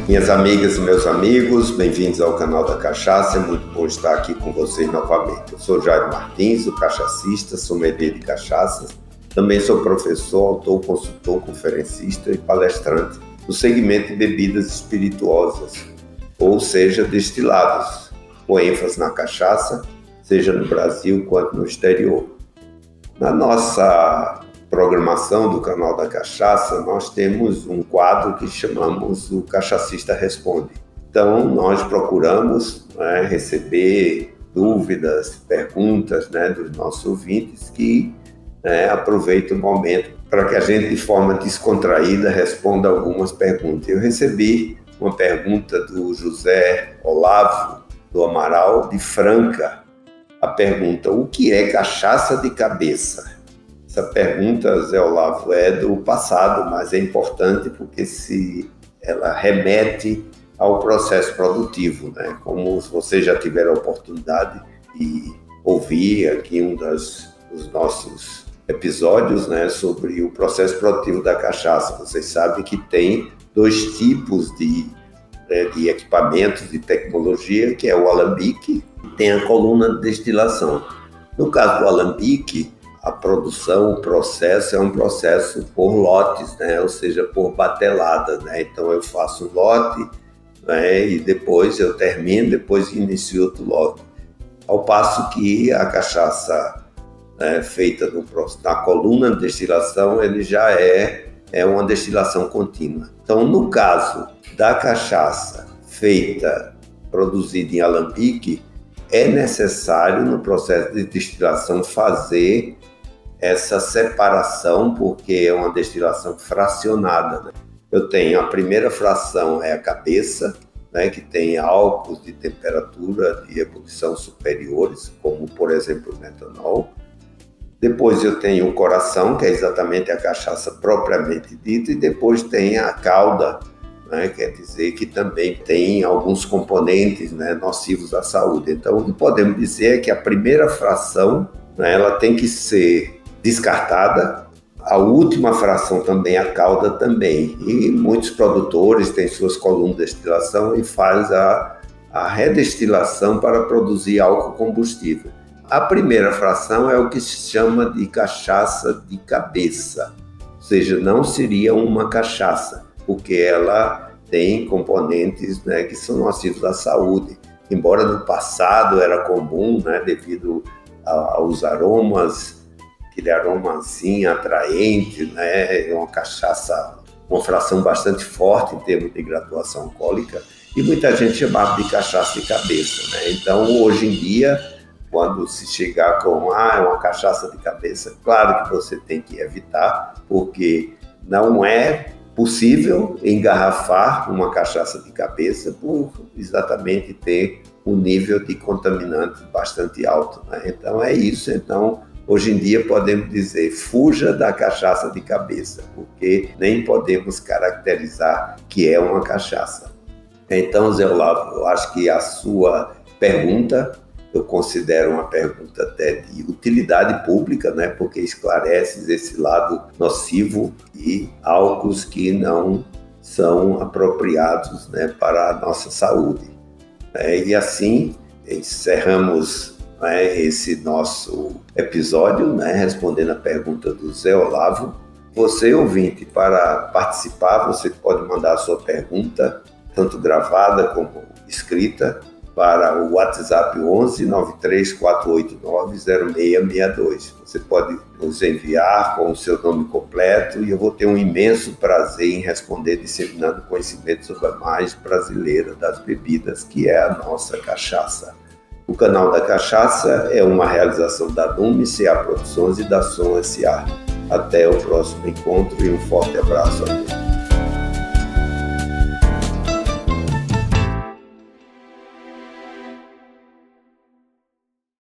Minhas amigas e meus amigos, bem-vindos ao canal da Cachaça, é muito bom estar aqui com vocês novamente. Eu sou Jairo Martins, o cachacista, sommelier de cachaças, também sou professor, autor, consultor, conferencista e palestrante no segmento de bebidas espirituosas, ou seja, destilados, com ênfase na cachaça, seja no Brasil quanto no exterior. Na nossa programação do canal da Cachaça, nós temos um quadro que chamamos o Cachacista Responde. Então, nós procuramos receber dúvidas, perguntas dos nossos ouvintes que aproveitem o momento para que a gente, de forma descontraída, responda algumas perguntas. Eu recebi uma pergunta do José Olavo do Amaral, de Franca. A pergunta: o que é cachaça de cabeça? Essa pergunta, Zé Olavo, é do passado, mas é importante porque ela remete ao processo produtivo, Como vocês já tiveram a oportunidade de ouvir aqui dos nossos episódios, sobre o processo produtivo da cachaça. Vocês sabem que tem dois tipos de equipamentos de tecnologia, que é o alambique e tem a coluna de destilação. No caso do alambique, a produção, o processo é um processo por lotes, ou seja, por batelada. Então eu faço um lote e depois eu termino, depois inicio outro lote. Ao passo que a cachaça feita na coluna de destilação, ele já é uma destilação contínua. Então, no caso da cachaça produzida em alambique, é necessário no processo de destilação fazer essa separação, porque é uma destilação fracionada. Eu tenho a primeira fração, é a cabeça, que tem álcools de temperatura de ebulição superiores, como por exemplo o metanol. Depois eu tenho o coração, que é exatamente a cachaça propriamente dita, e depois tem a cauda, quer dizer que também tem alguns componentes nocivos à saúde. Então, o que podemos dizer é que a primeira fração ela tem que ser descartada, a última fração também, a cauda também. E muitos produtores têm suas colunas de destilação e faz a redestilação para produzir álcool combustível. A primeira fração é o que se chama de cachaça de cabeça, ou seja, não seria uma cachaça, porque ela tem componentes que são nocivos à saúde. Embora no passado era comum, devido aos aromas, aquele aroma assim atraente, uma cachaça, uma fração bastante forte em termos de graduação alcoólica, e muita gente chamava de cachaça de cabeça. Então, hoje em dia, quando se chegar com uma cachaça de cabeça, claro que você tem que evitar, porque não é possível engarrafar uma cachaça de cabeça por exatamente ter um nível de contaminante bastante alto. Então é isso. Então, hoje em dia podemos dizer, fuja da cachaça de cabeça, porque nem podemos caracterizar que é uma cachaça. Então, Zé Olavo, eu acho que a sua pergunta, eu considero uma pergunta até de utilidade pública, porque esclarece esse lado nocivo e álcools que não são apropriados para a nossa saúde. E assim, encerramos esse nosso episódio, respondendo a pergunta do Zé Olavo. Você, ouvinte, para participar, você pode mandar a sua pergunta, tanto gravada como escrita, para o WhatsApp 11 93 489 0662. Você pode nos enviar com o seu nome completo e eu vou ter um imenso prazer em responder, disseminando conhecimento sobre a mais brasileira das bebidas, que é a nossa cachaça. O canal da Cachaça é uma realização da Nume CA Produções e da Som SA. Até o próximo encontro e um forte abraço a todos.